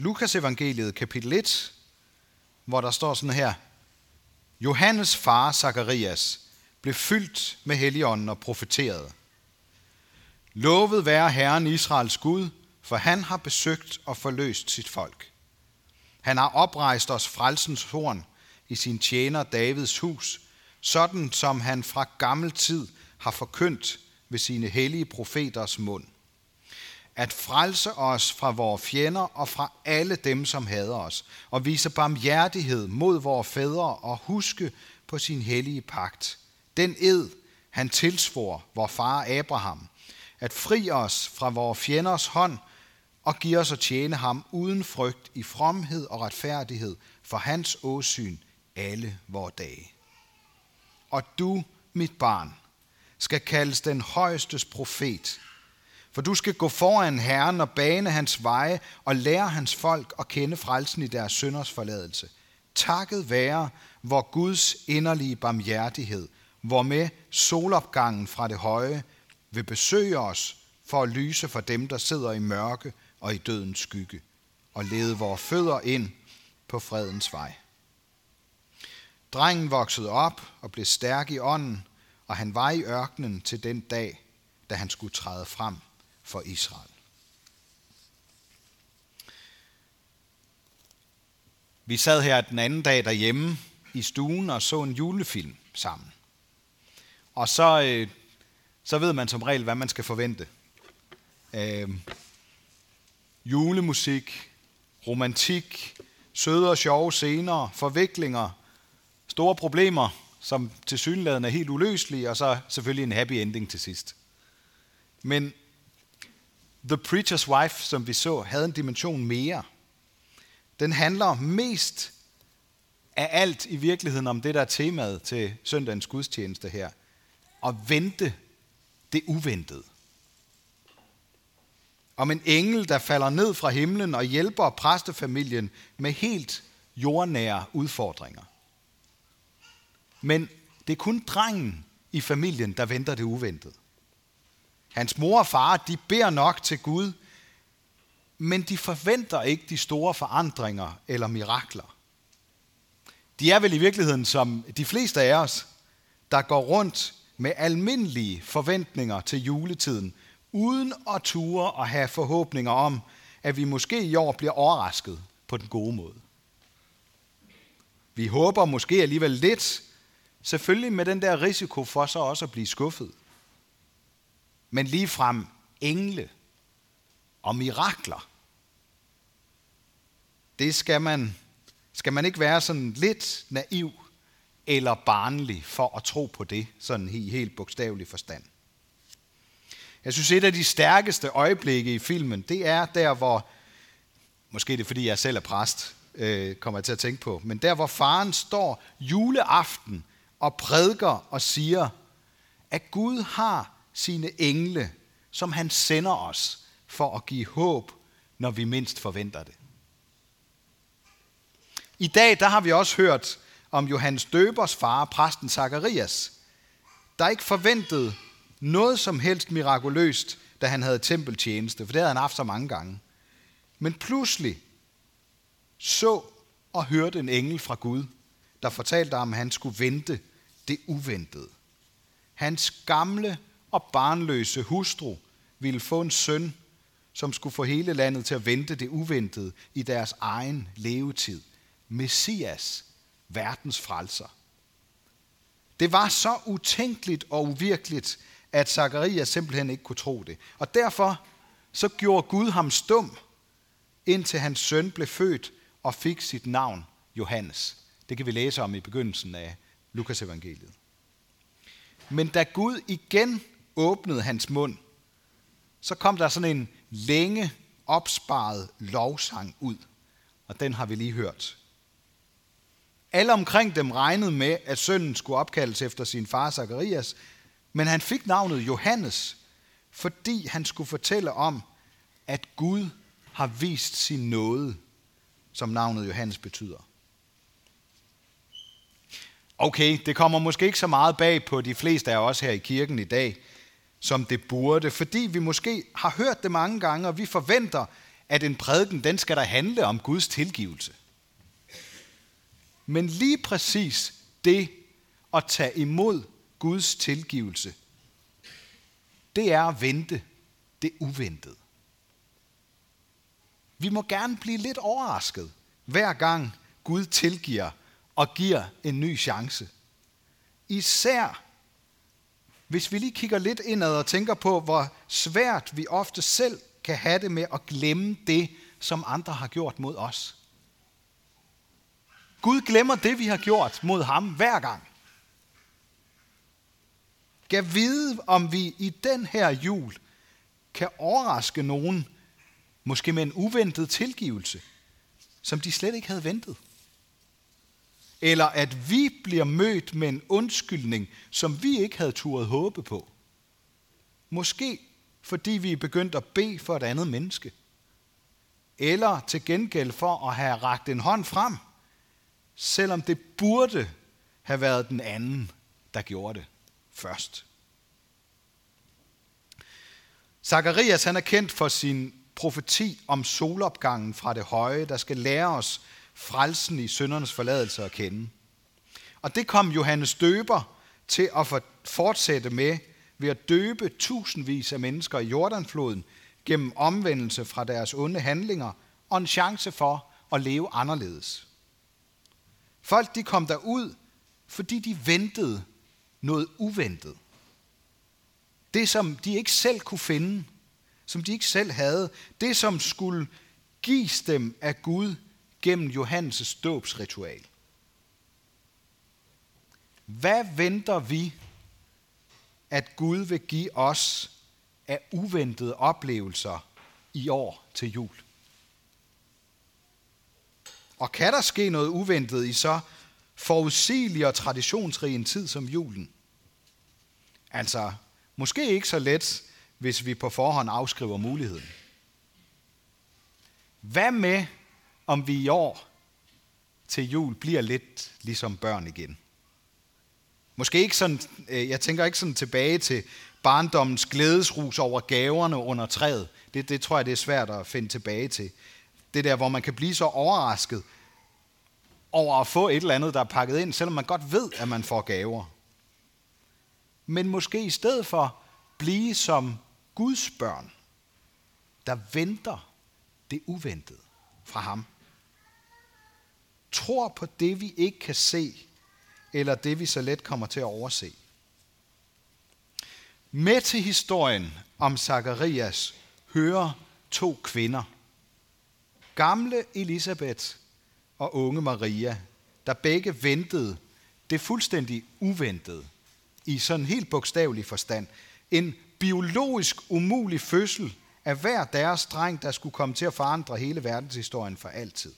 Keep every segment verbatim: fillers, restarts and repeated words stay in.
Lukas evangeliet kapitel et, hvor der står sådan her: Johannes far Zakarias blev fyldt med Helligånden og profeterede. Lovet være Herren Israels Gud, for han har besøgt og forløst sit folk. Han har oprejst os frelsens horn i sin tjener Davids hus, sådan som han fra gammel tid har forkyndt ved sine hellige profeters mund. At frelse os fra vores fjender og fra alle dem, som hader os, og vise barmhjertighed mod vores fædre og huske på sin hellige pagt. Den ed, han tilsvor vor far Abraham, at fri os fra vores fjenders hånd og give os at tjene ham uden frygt i fromhed og retfærdighed for hans åsyn alle vore dage. Og du, mit barn, skal kaldes den højestes profet, for du skal gå foran Herren og bane hans veje og lære hans folk at kende frelsen i deres synders forladelse. Takket være vor Guds inderlige barmhjertighed, hvormed solopgangen fra det høje vil besøge os for at lyse for dem, der sidder i mørke og i dødens skygge, og lede vores fødder ind på fredens vej. Drengen voksede op og blev stærk i ånden, og han var i ørkenen til den dag, da han skulle træde frem for Israel. Vi sad her den anden dag derhjemme i stuen og så en julefilm sammen. Og så, øh, så ved man som regel, hvad man skal forvente. Øh, julemusik, romantik, søde og sjove scener, forviklinger, store problemer, som tilsyneladende er helt uløselige, og så selvfølgelig en happy ending til sidst. Men The Preacher's Wife, som vi så, havde en dimension mere. Den handler mest af alt i virkeligheden om det, der er temaet til søndagens gudstjeneste her. At vente det uventede. Om en engel, der falder ned fra himlen og hjælper præstefamilien med helt jordnære udfordringer. Men det er kun drengen i familien, der venter det uventede. Hans mor og far, de beder nok til Gud, men de forventer ikke de store forandringer eller mirakler. De er vel i virkeligheden som de fleste af os, der går rundt med almindelige forventninger til juletiden, uden at ture og have forhåbninger om, at vi måske i år bliver overrasket på den gode måde. Vi håber måske alligevel lidt, selvfølgelig med den der risiko for så også at blive skuffet. Men ligefrem engle og mirakler, det skal man, skal man ikke være sådan lidt naiv eller barnlig for at tro på det, sådan i helt bogstavelig forstand. Jeg synes, et af de stærkeste øjeblikke i filmen, det er der, hvor, måske det er fordi jeg selv er præst, øh, kommer jeg til at tænke på, men der hvor faren står juleaften og prædiker og siger, at Gud har sine engle, som han sender os for at give håb, når vi mindst forventer det. I dag der har vi også hørt om Johannes Døbers far, præsten Zakarias, der ikke forventede noget som helst mirakuløst, da han havde tempeltjeneste, for det havde han haft så mange gange. Men pludselig så og hørte en engel fra Gud, der fortalte ham, at han skulle vente det uventede. Hans gamle og barnløse hustru ville få en søn, som skulle få hele landet til at vente det uventede i deres egen levetid. Messias, verdens frelser. Det var så utænkeligt og uvirkeligt, at Zakarias simpelthen ikke kunne tro det. Og derfor så gjorde Gud ham stum, indtil hans søn blev født og fik sit navn Johannes. Det kan vi læse om i begyndelsen af Lukas evangeliet. Men da Gud igen åbnede hans mund, så kom der sådan en længe opsparet lovsang ud. Og den har vi lige hørt. Alle omkring dem regnede med, at sønnen skulle opkaldes efter sin far Zakarias, men han fik navnet Johannes, fordi han skulle fortælle om, at Gud har vist sin nåde, som navnet Johannes betyder. Okay, det kommer måske ikke så meget bag på de fleste af os her i kirken i dag, som det burde, fordi vi måske har hørt det mange gange, og vi forventer, at en prædiken, den skal der handle om Guds tilgivelse. Men lige præcis det at tage imod Guds tilgivelse, det er at vente det uventede. Vi må gerne blive lidt overrasket, hver gang Gud tilgiver og giver en ny chance. Især hvis vi lige kigger lidt indad og tænker på, hvor svært vi ofte selv kan have det med at glemme det, som andre har gjort mod os. Gud glemmer det, vi har gjort mod ham hver gang. Gav vide, om vi i den her jul kan overraske nogen, måske med en uventet tilgivelse, som de slet ikke havde ventet. Eller at vi bliver mødt med en undskyldning, som vi ikke havde turet håbe på. Måske fordi vi er begyndt at bede for et andet menneske. Eller til gengæld for at have rakt en hånd frem, selvom det burde have været den anden, der gjorde det først. Zakarias, han er kendt for sin profeti om solopgangen fra det høje, der skal lære os frelsen i syndernes forladelse at kende. Og det kom Johannes Døber til at fortsætte med ved at døbe tusindvis af mennesker i Jordanfloden gennem omvendelse fra deres onde handlinger og en chance for at leve anderledes. Folk, de kom derud, fordi de ventede noget uventet. Det, som de ikke selv kunne finde, som de ikke selv havde, det, som skulle gives dem af Gud gennem Johannes' dåbsritual. Hvad venter vi, at Gud vil give os af uventede oplevelser i år til jul? Og kan der ske noget uventet i så forudsigelig og traditionsrig en tid som julen? Altså, måske ikke så let, hvis vi på forhånd afskriver muligheden. Hvad med, om vi i år til jul bliver lidt ligesom børn igen? Måske ikke sådan, jeg tænker ikke sådan tilbage til barndommens glædesrus over gaverne under træet. Det, det tror jeg, det er svært at finde tilbage til. Det der, hvor man kan blive så overrasket over at få et eller andet, der er pakket ind, selvom man godt ved, at man får gaver. Men måske i stedet for blive som Guds børn, der venter det uventede fra ham. Tror på det, vi ikke kan se, eller det, vi så let kommer til at overse. Med til historien om Zakarias hører to kvinder. Gamle Elisabeth og unge Maria, der begge ventede det fuldstændig uventede, i sådan helt bogstavelig forstand. En biologisk umulig fødsel af hver deres dreng, der skulle komme til at forandre hele verdenshistorien for altid.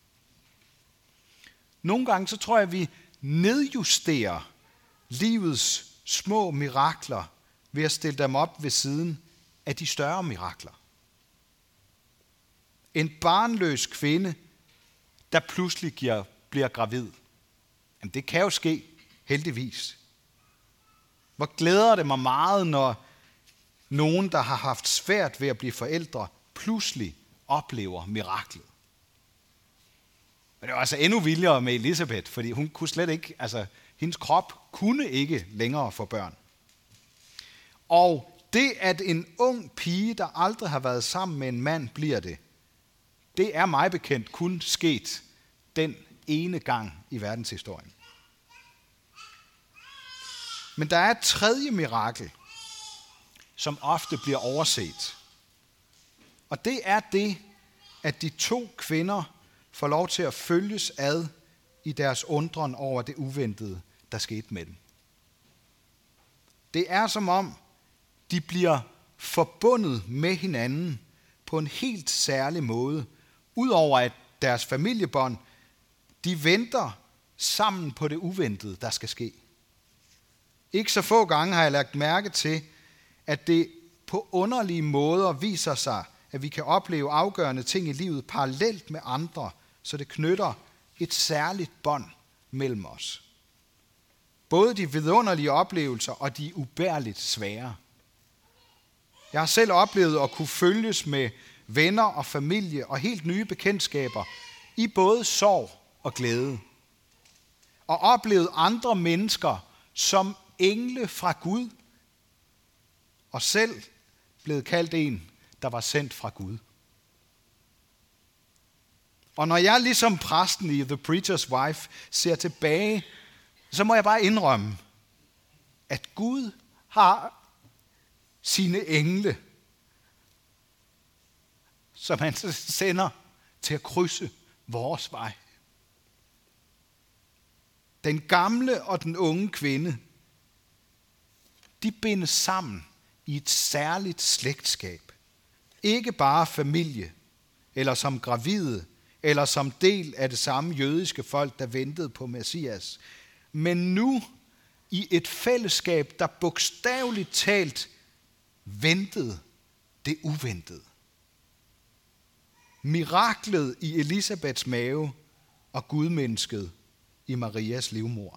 Nogle gange så tror jeg, at vi nedjusterer livets små mirakler ved at stille dem op ved siden af de større mirakler. En barnløs kvinde, der pludselig giver, bliver gravid. Jamen, det kan jo ske, heldigvis. Hvor glæder det mig meget, når nogen, der har haft svært ved at blive forældre, pludselig oplever miraklet. Men det var altså endnu vildere med Elisabeth, fordi hun kunne slet ikke, altså hendes krop kunne ikke længere få børn. Og det, at en ung pige, der aldrig har været sammen med en mand, bliver det, det er mig bekendt kun sket den ene gang i verdenshistorien. Men der er et tredje mirakel, som ofte bliver overset. Og det er det, at de to kvinder får lov til at følges ad i deres undren over det uventede, der skete med dem. Det er som om, de bliver forbundet med hinanden på en helt særlig måde. Udover at deres familiebånd, de venter sammen på det uventede, der skal ske. Ikke så få gange har jeg lagt mærke til, at det på underlige måder viser sig, at vi kan opleve afgørende ting i livet parallelt med andre, så det knytter et særligt bånd mellem os. Både de vidunderlige oplevelser og de ubærligt svære. Jeg har selv oplevet at kunne følges med venner og familie og helt nye bekendtskaber i både sorg og glæde. Og oplevet andre mennesker som engle fra Gud, og selv blevet kaldt en, der var sendt fra Gud. Og når jeg ligesom præsten i The Preacher's Wife ser tilbage, så må jeg bare indrømme, at Gud har sine engle, som han sender til at krydse vores vej. Den gamle og den unge kvinde, de bindes sammen i et særligt slægtskab. Ikke bare familie, eller som gravide, eller som del af det samme jødiske folk, der ventede på Messias, men nu i et fællesskab, der bogstaveligt talt ventede det uventede. Miraklet i Elisabeths mave og gudmennesket i Marias livmor.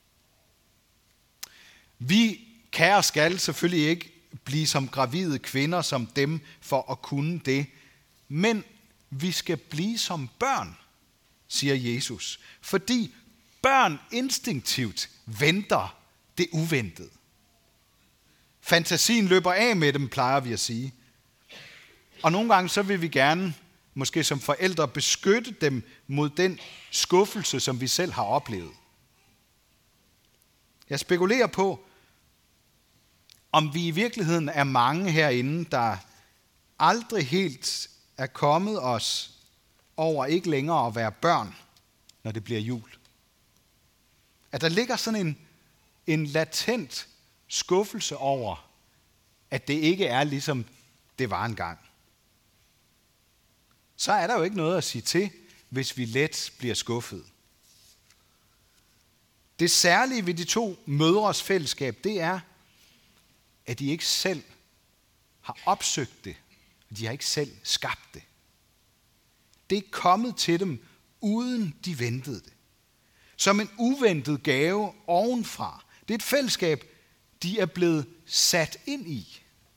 Vi kan og skal selvfølgelig ikke blive som gravide kvinder som dem for at kunne det, men vi skal blive som børn, siger Jesus, fordi børn instinktivt venter det uventede. Fantasien løber af med dem, plejer vi at sige. Og nogle gange så vil vi gerne, måske som forældre, beskytte dem mod den skuffelse, som vi selv har oplevet. Jeg spekulerer på, om vi i virkeligheden er mange herinde, der aldrig helt er kommet os over ikke længere at være børn, når det bliver jul. At der ligger sådan en, en latent skuffelse over, at det ikke er ligesom det var engang. Så er der jo ikke noget at sige til, hvis vi let bliver skuffet. Det særlige ved de to mødres fællesskab, det er, at de ikke selv har opsøgt det. De har ikke selv skabt det. Det er kommet til dem, uden de ventede det. Som en uventet gave ovenfra. Det er et fællesskab, de er blevet sat ind i.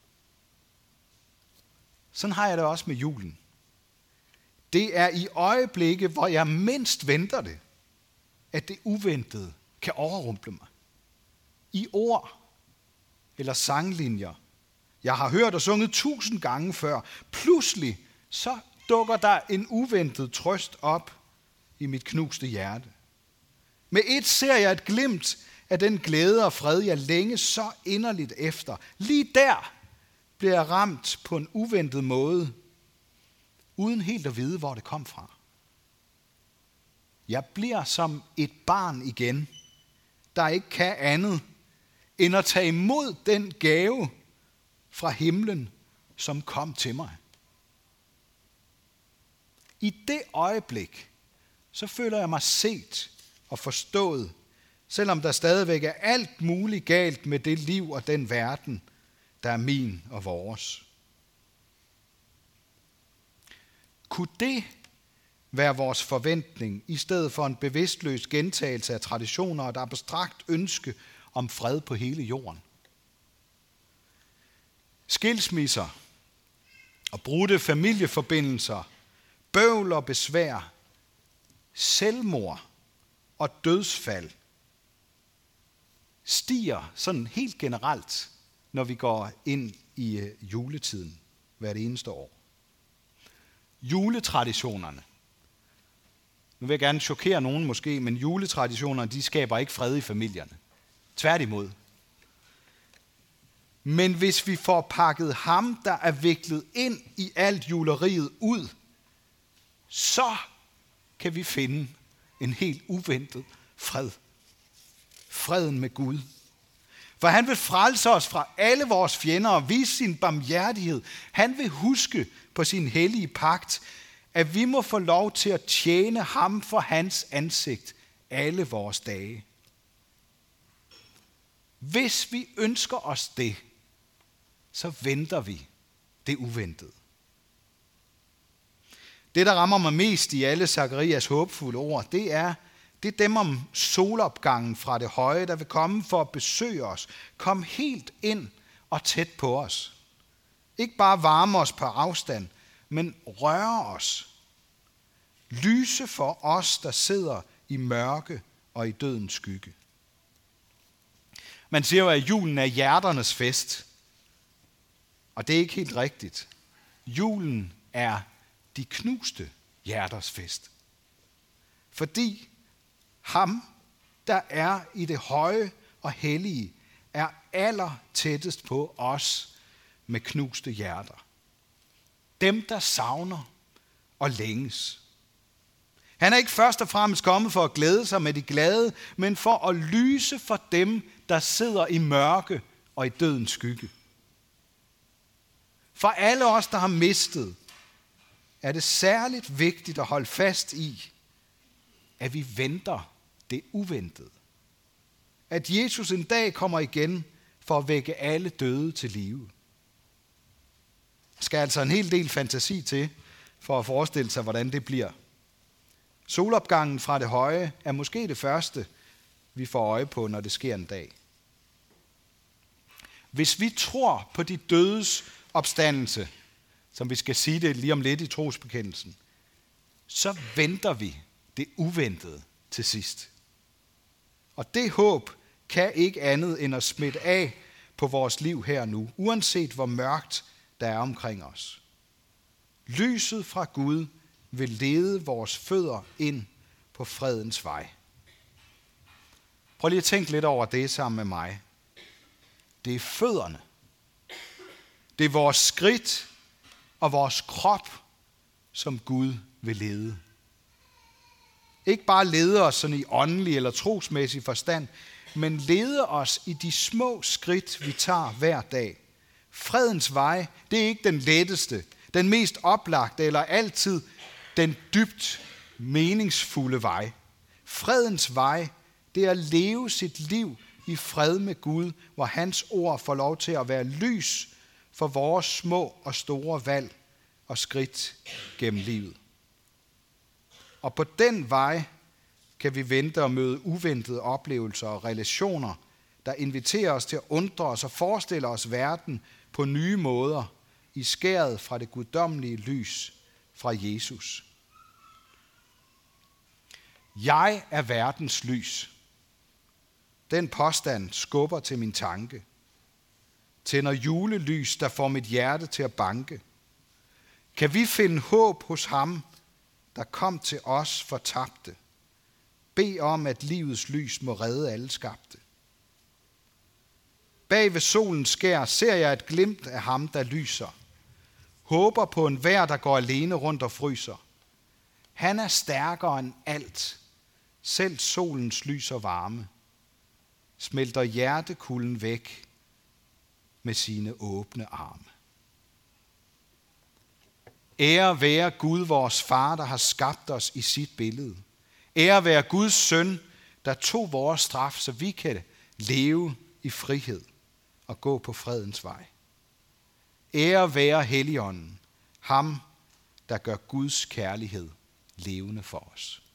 Sådan har jeg det også med julen. Det er i øjeblikke, hvor jeg mindst venter det, at det uventede kan overrumple mig. I ord eller sanglinjer, jeg har hørt og sunget tusind gange før, pludselig så dukker der en uventet trøst op i mit knuste hjerte. Med et ser jeg et glimt af den glæde og fred, jeg længe så inderligt efter. Lige der bliver jeg ramt på en uventet måde, uden helt at vide, hvor det kom fra. Jeg bliver som et barn igen, der ikke kan andet end at tage imod den gave fra himlen, som kom til mig. I det øjeblik, så føler jeg mig set og forstået, selvom der stadigvæk er alt muligt galt med det liv og den verden, der er min og vores. Kunne det være vores forventning, i stedet for en bevidstløs gentagelse af traditioner og et abstrakt ønske om fred på hele jorden? Skilsmisser og brudte familieforbindelser, bøvl og besvær, selvmord og dødsfald stiger sådan helt generelt, når vi går ind i juletiden hvert eneste år. Juletraditionerne. Nu vil jeg gerne chokere nogen måske, men juletraditionerne, de skaber ikke fred i familierne. Tværtimod. Men hvis vi får pakket ham, der er viklet ind i alt juleriet ud, så kan vi finde en helt uventet fred. Freden med Gud. For han vil frelse os fra alle vores fjender og vise sin barmhjertighed. Han vil huske på sin hellige pagt, at vi må få lov til at tjene ham for hans ansigt alle vores dage. Hvis vi ønsker os det, så venter vi det uventede. Det, der rammer mig mest i alle Zakarias håbfulde ord, det er, det er dem om solopgangen fra det høje, der vil komme for at besøge os. Kom helt ind og tæt på os. Ikke bare varme os på afstand, men røre os. Lyse for os, der sidder i mørke og i dødens skygge. Man siger jo, at julen er hjerternes fest. Og det er ikke helt rigtigt. Julen er de knuste hjerters fest. Fordi ham, der er i det høje og hellige, er aller tættest på os med knuste hjerter. Dem, der savner og længes. Han er ikke først og fremmest kommet for at glæde sig med de glade, men for at lyse for dem, der sidder i mørke og i dødens skygge. For alle os, der har mistet, er det særligt vigtigt at holde fast i, at vi venter det uventede. At Jesus en dag kommer igen for at vække alle døde til live. Der skal altså en hel del fantasi til, for at forestille sig, hvordan det bliver. Solopgangen fra det høje er måske det første, vi får øje på, når det sker en dag. Hvis vi tror på de dødes opstandelse, som vi skal sige det lige om lidt i trosbekendelsen, så venter vi det uventede til sidst. Og det håb kan ikke andet end at smitte af på vores liv her og nu, uanset hvor mørkt der er omkring os. Lyset fra Gud vil lede vores fødder ind på fredens vej. Prøv lige at tænke lidt over det sammen med mig. Det er fødderne. Det er vores skridt og vores krop, som Gud vil lede. Ikke bare lede os sådan i åndelig eller trosmæssig forstand, men lede os i de små skridt, vi tager hver dag. Fredens vej, det er ikke den letteste, den mest oplagte eller altid den dybt meningsfulde vej. Fredens vej, det er at leve sit liv i fred med Gud, hvor hans ord får lov til at være lys for vores små og store valg og skridt gennem livet. Og på den vej kan vi vente og møde uventede oplevelser og relationer, der inviterer os til at undre os og forestille os verden på nye måder i skæret fra det guddommelige lys fra Jesus. Jeg er verdens lys. Den påstand skubber til min tanke. Tænder julelys, der får mit hjerte til at banke. Kan vi finde håb hos ham, der kom til os fortabte? Bed om, at livets lys må redde alle skabte. Bag ved solens skær ser jeg et glimt af ham, der lyser. Håber på en vejr, der går alene rundt og fryser. Han er stærkere end alt. Selv solens lys og varme smelter hjertekulden væk med sine åbne arme. Ære være Gud, vores far, der har skabt os i sit billede. Ære være Guds søn, der tog vores straf, så vi kan leve i frihed og gå på fredens vej. Ære være Helligånden, ham, der gør Guds kærlighed levende for os.